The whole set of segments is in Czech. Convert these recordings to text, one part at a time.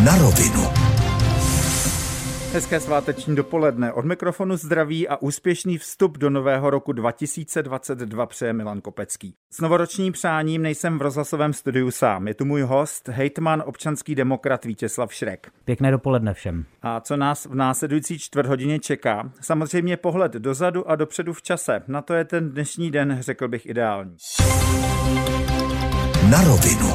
Na rovinu. Hezké sváteční dopoledne. Od mikrofonu zdraví a úspěšný vstup do nového roku 2022 přeje Milan Kopecký. S novoročním přáním nejsem v rozhlasovém studiu sám. Je tu můj host, hejtman, občanský demokrat Vítězslav Šrek. Pěkné dopoledne všem. A co nás v následující čtvrthodině čeká? Samozřejmě pohled dozadu a dopředu v čase. Na to je ten dnešní den, řekl bych, ideální. Na rovinu.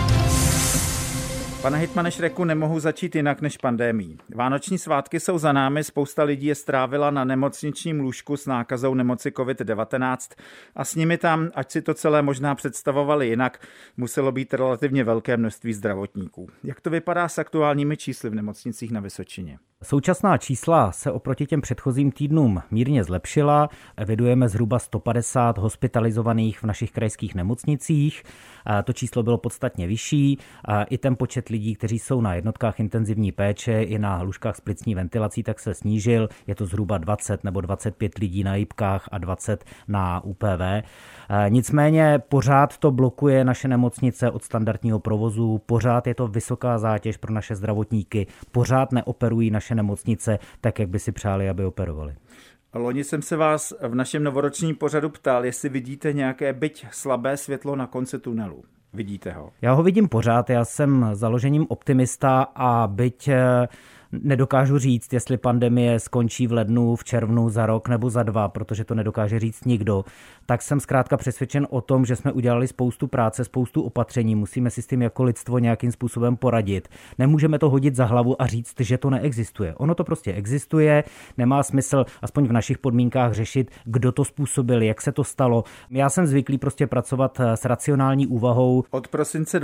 Pane hejtmane Šreku, nemohu začít jinak než pandemií. Vánoční svátky jsou za námi, spousta lidí je strávila na nemocničním lůžku s nákazou nemoci COVID-19 a s nimi tam, ať si to celé možná představovali jinak, muselo být relativně velké množství zdravotníků. Jak to vypadá s aktuálními čísly v nemocnicích na Vysočině? Současná čísla se oproti těm předchozím týdnům mírně zlepšila. Evidujeme zhruba 150 hospitalizovaných v našich krajských nemocnicích. To číslo bylo podstatně vyšší. I ten počet lidí, kteří jsou na jednotkách intenzivní péče i na lůžkách s plicní ventilací, tak se snížil. Je to zhruba 20 nebo 25 lidí na jipkách a 20 na UPV. Nicméně pořád to blokuje naše nemocnice od standardního provozu, pořád je to vysoká zátěž pro naše zdravotníky, pořád neoperují naše nemocnice tak, jak by si přáli, aby operovali. Loni jsem se vás v našem novoročním pořadu ptal, jestli vidíte nějaké byť slabé světlo na konci tunelu. Vidíte ho? Já ho vidím pořád, já jsem založením optimista a byť nedokážu říct, jestli pandemie skončí v lednu, v červnu, za rok nebo za 2, protože to nedokáže říct nikdo, tak jsem zkrátka přesvědčen o tom, že jsme udělali spoustu práce, spoustu opatření, musíme si s tím jako lidstvo nějakým způsobem poradit. Nemůžeme to hodit za hlavu a říct, že to neexistuje. Ono to prostě existuje, nemá smysl aspoň v našich podmínkách řešit, kdo to způsobil, jak se to stalo. Já jsem zvyklý prostě pracovat s racionální úvahou. Od prosince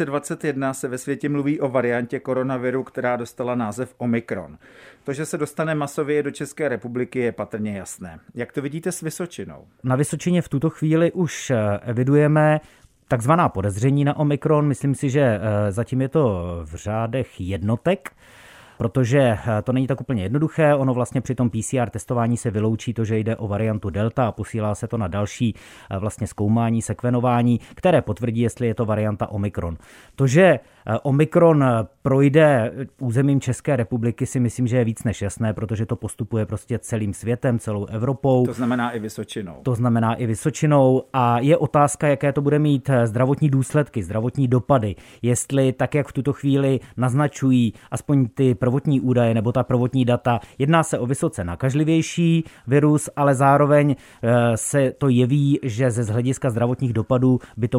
2021 se ve světě mluví o variantě koronaviru, která dostala název Omikron. To, že se dostane masově do České republiky, je patrně jasné. Jak to vidíte s Vysočinou? Na Vysočině v tuto chvíli už evidujeme takzvaná podezření na Omikron. Myslím si, že zatím je to v řádech jednotek, protože to není tak úplně jednoduché. Ono vlastně při tom PCR testování se vyloučí to, že jde o variantu Delta a posílá se to na další vlastně zkoumání, sekvenování, které potvrdí, jestli je to varianta Omikron. To, že Omikron projde územím České republiky, si myslím, že je víc než jasné, protože to postupuje prostě celým světem, celou Evropou. To znamená i Vysočinou. To znamená i Vysočinou a je otázka, jaké to bude mít zdravotní důsledky, zdravotní dopady. Jestli tak, jak v tuto chvíli naznačují aspoň ty prvotní údaje nebo ta prvotní data, jedná se o vysoce nakažlivější virus, ale zároveň se to jeví, že ze hlediska zdravotních dopadů by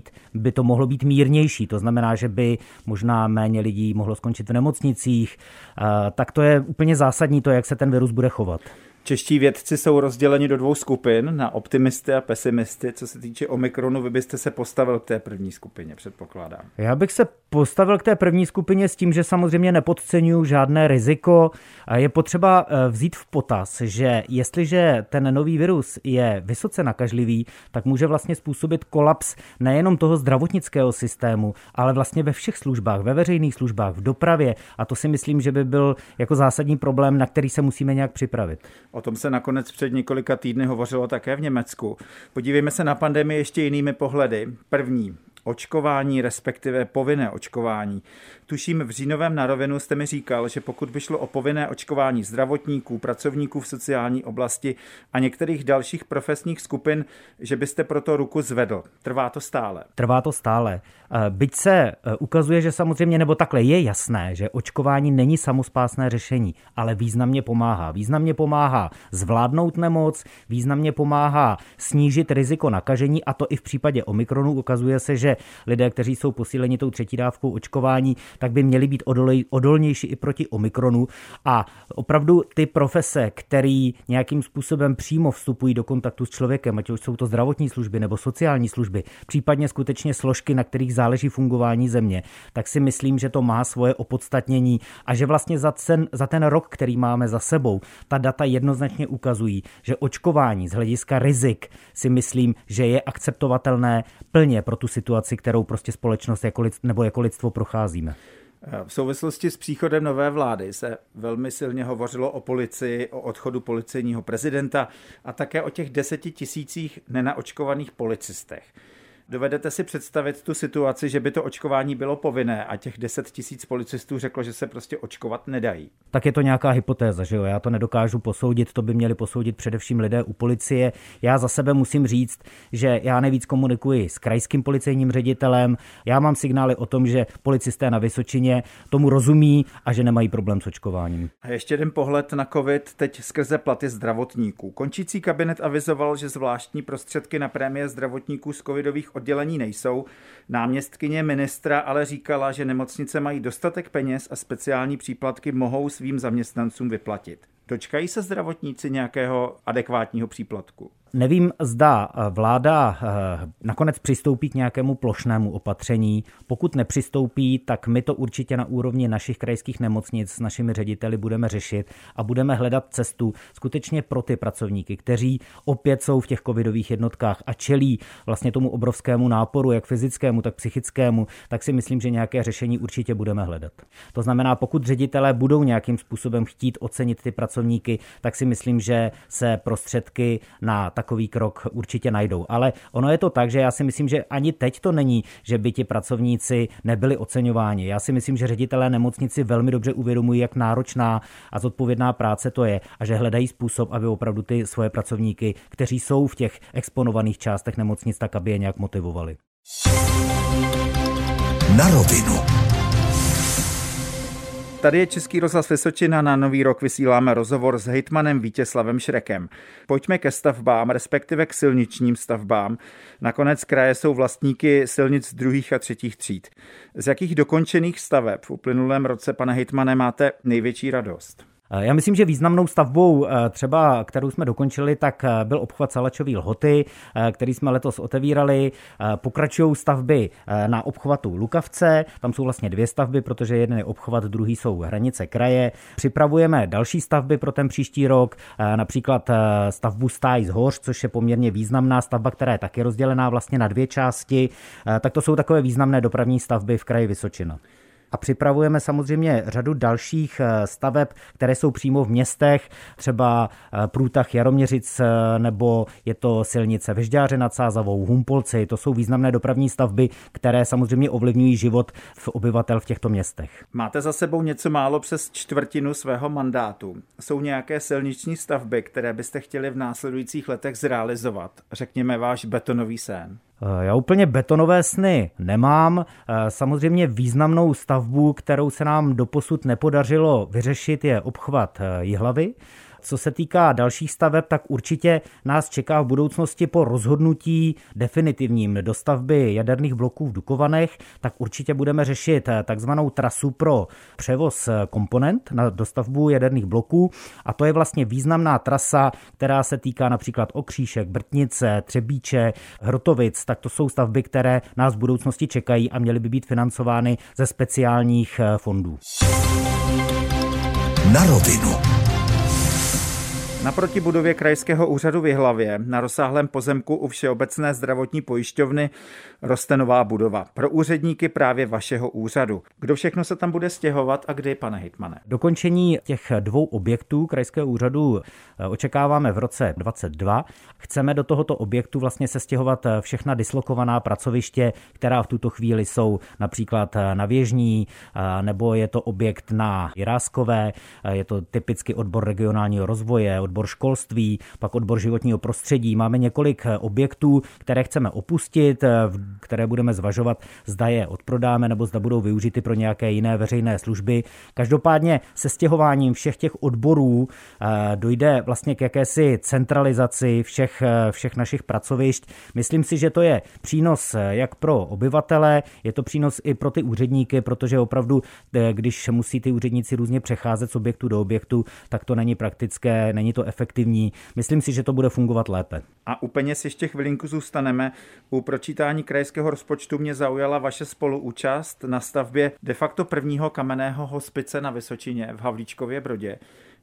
to mohlo být mírnější. To znamená, že by možná méně lidí mohlo skončit v nemocnicích. Tak to je úplně zásadní to, jak se ten virus bude chovat. Čeští vědci jsou rozděleni do 2 skupin, na optimisty a pesimisty. Co se týče Omikronu, vy byste se postavil k té první skupině, předpokládám. Já bych se postavil k té první skupině s tím, že samozřejmě nepodceňuji žádné riziko. Je potřeba vzít v potaz, že jestliže ten nový virus je vysoce nakažlivý, tak může vlastně způsobit kolaps nejenom toho zdravotnického systému, ale vlastně ve všech službách, ve veřejných službách, v dopravě. A to si myslím, že by byl jako zásadní problém, na který se musíme nějak připravit. O tom se nakonec před několika týdny hovořilo také v Německu. Podívejme se na pandemii ještě jinými pohledy. První, očkování, respektive povinné očkování. Tuším, v říjnovém Na rovinu jste mi říkal, že pokud by šlo o povinné očkování zdravotníků, pracovníků v sociální oblasti a některých dalších profesních skupin, že byste pro to ruku zvedl. Trvá to stále? Trvá to stále. Byť se ukazuje, že samozřejmě, nebo takhle je jasné, že očkování není samospásné řešení, ale významně pomáhá. Významně pomáhá zvládnout nemoc, významně pomáhá snížit riziko nakažení a to i v případě Omikronu. Ukazuje se, že lidé, kteří jsou posíleni tou 3. dávkou očkování, tak by měli být odolnější i proti Omikronu. A opravdu ty profese, které nějakým způsobem přímo vstupují do kontaktu s člověkem, ať už jsou to zdravotní služby nebo sociální služby, případně skutečně složky, na kterých záleží fungování země, tak si myslím, že to má svoje opodstatnění a že vlastně za ten rok, který máme za sebou, ta data jednoznačně ukazují, že očkování z hlediska rizik si myslím, že je akceptovatelné plně pro tu situaci, kterou prostě společnost jako lidstvo procházíme. V souvislosti s příchodem nové vlády se velmi silně hovořilo o policii, o odchodu policejního prezidenta a také o těch 10 000 nenaočkovaných policistech. Dovedete si představit tu situaci, že by to očkování bylo povinné a těch 10 000 policistů řeklo, že se prostě očkovat nedají? Tak je to nějaká hypotéza, že jo? Já to nedokážu posoudit, to by měli posoudit především lidé u policie. Já za sebe musím říct, že já nejvíc komunikuji s krajským policejním ředitelem. Já mám signály o tom, že policisté na Vysočině tomu rozumí a že nemají problém s očkováním. A ještě jeden pohled na covid teď skrze platy zdravotníků. Končící kabinet avizoval, že zvláštní prostředky na prémie zdravotníků z covidových oddělení nejsou. Náměstkyně ministra ale říkala, že nemocnice mají dostatek peněz a speciální příplatky mohou svým zaměstnancům vyplatit. Dočkají se zdravotníci nějakého adekvátního příplatku? Nevím, zda vláda nakonec přistoupí k nějakému plošnému opatření. Pokud nepřistoupí, tak my to určitě na úrovni našich krajských nemocnic s našimi řediteli budeme řešit a budeme hledat cestu skutečně pro ty pracovníky, kteří opět jsou v těch covidových jednotkách a čelí vlastně tomu obrovskému náporu, jak fyzickému, tak psychickému, tak si myslím, že nějaké řešení určitě budeme hledat. To znamená, pokud ředitelé budou nějakým způsobem chtít ocenit ty pracovníky, tak si myslím, že se prostředky na takový krok určitě najdou. Ale ono je to tak, že já si myslím, že ani teď to není, že by ti pracovníci nebyli oceňováni. Já si myslím, že ředitelé nemocnici velmi dobře uvědomují, jak náročná a zodpovědná práce to je a že hledají způsob, aby opravdu ty svoje pracovníky, kteří jsou v těch exponovaných částech nemocnic, tak aby je nějak motivovali. Na rovinu. Tady je Český rozhlas Vysočina, na Nový rok vysíláme rozhovor s hejtmanem Vítězslavem Šrekem. Pojďme ke stavbám, respektive k silničním stavbám. Nakonec kraje jsou vlastníky silnic 2. a 3. tříd. Z jakých dokončených staveb v uplynulém roce, pane hejtmane, máte největší radost? Já myslím, že významnou stavbou, třeba kterou jsme dokončili, tak byl obchvat Salačový Lhoty, který jsme letos otevírali. Pokračují stavby na obchvatu Lukavce, tam jsou vlastně 2 stavby, protože jeden je obchvat, druhý jsou hranice kraje. Připravujeme další stavby pro ten příští rok, například stavbu Stáj z Hoř, což je poměrně významná stavba, která je taky rozdělená vlastně na 2 části. Tak to jsou takové významné dopravní stavby v kraji Vysočina. A připravujeme samozřejmě řadu dalších staveb, které jsou přímo v městech, třeba průtah Jaroměřic, nebo je to silnice ve Žďáře nad Sázavou, Humpolci. To jsou významné dopravní stavby, které samozřejmě ovlivňují život obyvatel v těchto městech. Máte za sebou něco málo přes čtvrtinu svého mandátu. Jsou nějaké silniční stavby, které byste chtěli v následujících letech zrealizovat? Řekněme váš betonový sen. Já úplně betonové sny nemám. Samozřejmě významnou stavbu, kterou se nám doposud nepodařilo vyřešit, je obchvat Jihlavy. Co se týká dalších staveb, tak určitě nás čeká v budoucnosti po rozhodnutí definitivním dostavby jaderných bloků v Dukovanech, tak určitě budeme řešit takzvanou trasu pro převoz komponent na dostavbu jaderných bloků a to je vlastně významná trasa, která se týká například Okříšek, Brtnice, Třebíče, Hrotovic, tak to jsou stavby, které nás v budoucnosti čekají a měly by být financovány ze speciálních fondů. Na rovinu. Naproti budově Krajského úřadu v Jihlavě na rozsáhlém pozemku u Všeobecné zdravotní pojišťovny roste nová budova. Pro úředníky právě vašeho úřadu. Kdo všechno se tam bude stěhovat a kdy, pane hejtmane? Dokončení těch 2 objektů Krajského úřadu očekáváme v roce 2022. Chceme do tohoto objektu vlastně sestěhovat všechna dislokovaná pracoviště, která v tuto chvíli jsou například na Věžní, nebo je to objekt na Jiráskové, je to typicky odbor regionálního rozvoje, odbor školství, pak odbor životního prostředí. Máme několik objektů, které chceme opustit, které budeme zvažovat, zda je odprodáme nebo zda budou využity pro nějaké jiné veřejné služby. Každopádně se stěhováním všech těch odborů dojde vlastně k jakési centralizaci všech našich pracovišť. Myslím si, že to je přínos jak pro obyvatele, je to přínos i pro ty úředníky, protože opravdu, když musí ty úředníci různě přecházet z objektu do objektu, tak to není praktické, není to efektivní. Myslím si, že to bude fungovat lépe. A u peněz ještě chvilinku zůstaneme. U pročítání krajského rozpočtu mě zaujala vaše spoluúčast na stavbě de facto prvního kamenného hospice na Vysočině v Havlíčkově Brodě.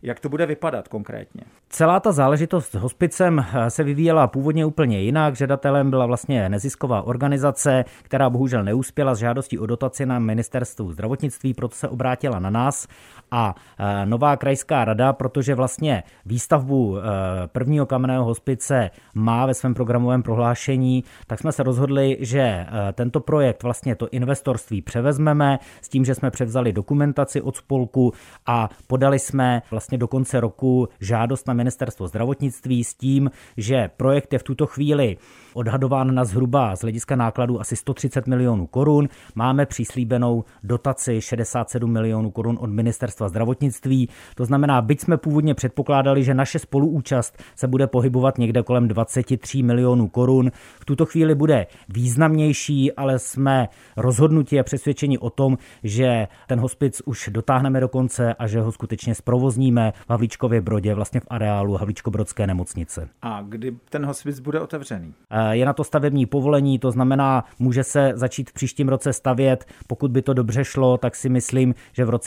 Jak to bude vypadat konkrétně? Celá ta záležitost s hospicem se vyvíjela původně úplně jinak. Žadatelem byla vlastně nezisková organizace, která bohužel neuspěla s žádostí o dotaci na ministerstvu zdravotnictví, proto se obrátila na nás a nová krajská rada, protože vlastně výstavbu prvního kamenného hospice má ve svém programovém prohlášení, tak jsme se rozhodli, že tento projekt, vlastně to investorství převezmeme s tím, že jsme převzali dokumentaci od spolku a podali jsme vlastně do konce roku žádost na ministerstvo zdravotnictví s tím, že projekt je v tuto chvíli odhadován na zhruba z hlediska nákladů asi 130 milionů korun. Máme přislíbenou dotaci 67 milionů korun od ministerstva zdravotnictví. To znamená, byť jsme původně předpokládali, že naše spoluúčast se bude pohybovat někde kolem 23 milionů korun. V tuto chvíli bude významnější, ale jsme rozhodnuti a přesvědčeni o tom, že ten hospic už dotáhneme do konce a že ho skutečně zprovozníme v Havlíčkově Brodě, vlastně v areálu Havlíčkobrodské nemocnice. A kdy ten hospic bude otevřený? Je na to stavební povolení, to znamená, může se začít v příštím roce stavět. Pokud by to dobře šlo, tak si myslím, že v roce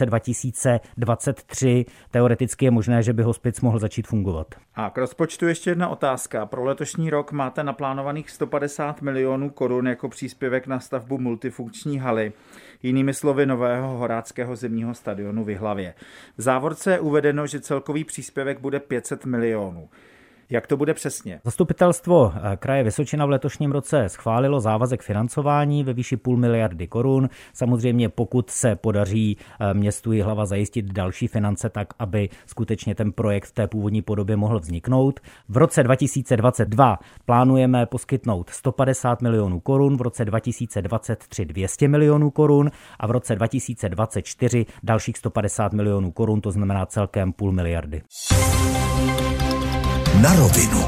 2023 teoreticky je možné, že by hospic mohl začít fungovat. A k rozpočtu ještě jedna otázka. Pro letošní rok máte naplánovaných 150 milionů korun jako příspěvek na stavbu multifunkční haly, jinými slovy nového horáckého zimního stadionu v Jihlavě. V závorce je uvedeno, že celkový příspěvek bude 500 milionů. Jak to bude přesně? Zastupitelstvo kraje Vysočina v letošním roce schválilo závazek financování ve výši 0,5 miliardy korun. Samozřejmě pokud se podaří městu Jihlava zajistit další finance tak, aby skutečně ten projekt v té původní podobě mohl vzniknout. V roce 2022 plánujeme poskytnout 150 milionů korun, v roce 2023 200 milionů korun a v roce 2024 dalších 150 milionů korun, to znamená celkem 0,5 miliardy. Na rovinu.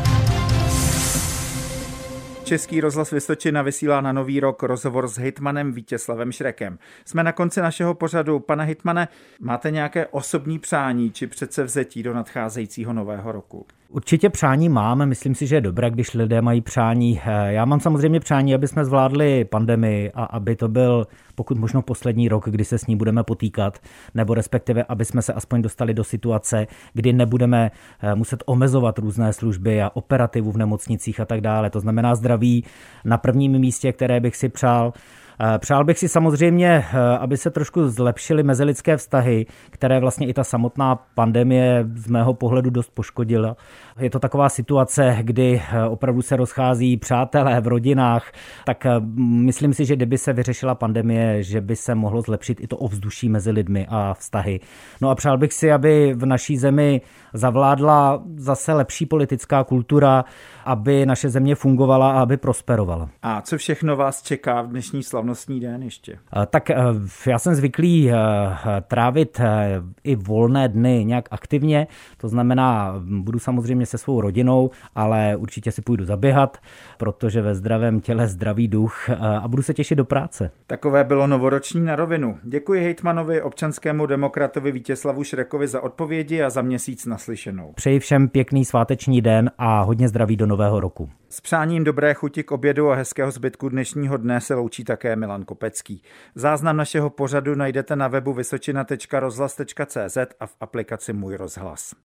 Český rozhlas Vysočina vysílá na Nový rok rozhovor s hejtmanem Vítězslavem Šrekem. Jsme na konci našeho pořadu. Pane hejtmane, máte nějaké osobní přání či předsevzetí do nadcházejícího nového roku? Určitě přání máme, myslím si, že je dobré, když lidé mají přání. Já mám samozřejmě přání, aby jsme zvládli pandemii a aby to byl pokud možno poslední rok, kdy se s ní budeme potýkat, nebo respektive, aby jsme se aspoň dostali do situace, kdy nebudeme muset omezovat různé služby a operativu v nemocnicích a tak dále. To znamená zdraví na prvním místě, které bych si přál. Přál bych si samozřejmě, aby se trošku zlepšily mezilidské vztahy, které vlastně i ta samotná pandemie z mého pohledu dost poškodila. Je to taková situace, kdy opravdu se rozchází přátelé v rodinách, tak myslím si, že kdyby se vyřešila pandemie, že by se mohlo zlepšit i to ovzduší mezi lidmi a vztahy. No a přál bych si, aby v naší zemi zavládla zase lepší politická kultura, aby naše země fungovala a aby prosperovala. A co všechno vás čeká v dnešní slavnostní den ještě? Tak já jsem zvyklý trávit i volné dny nějak aktivně, to znamená, budu samozřejmě se svou rodinou, ale určitě si půjdu zaběhat, protože ve zdravém těle zdravý duch a budu se těšit do práce. Takové bylo novoroční Na rovinu. Děkuji hejtmanovi, občanskému demokratovi Vítězslavu Šrekovi za odpovědi a za měsíc naslyšenou. Přeji všem pěkný sváteční den a hodně zdraví do nového roku. S přáním dobré chuti k obědu a hezkého zbytku dnešního dne se loučí také Milan Kopecký. Záznam našeho pořadu najdete na webu vysočina.rozhlas.cz a v aplikaci Můj rozhlas.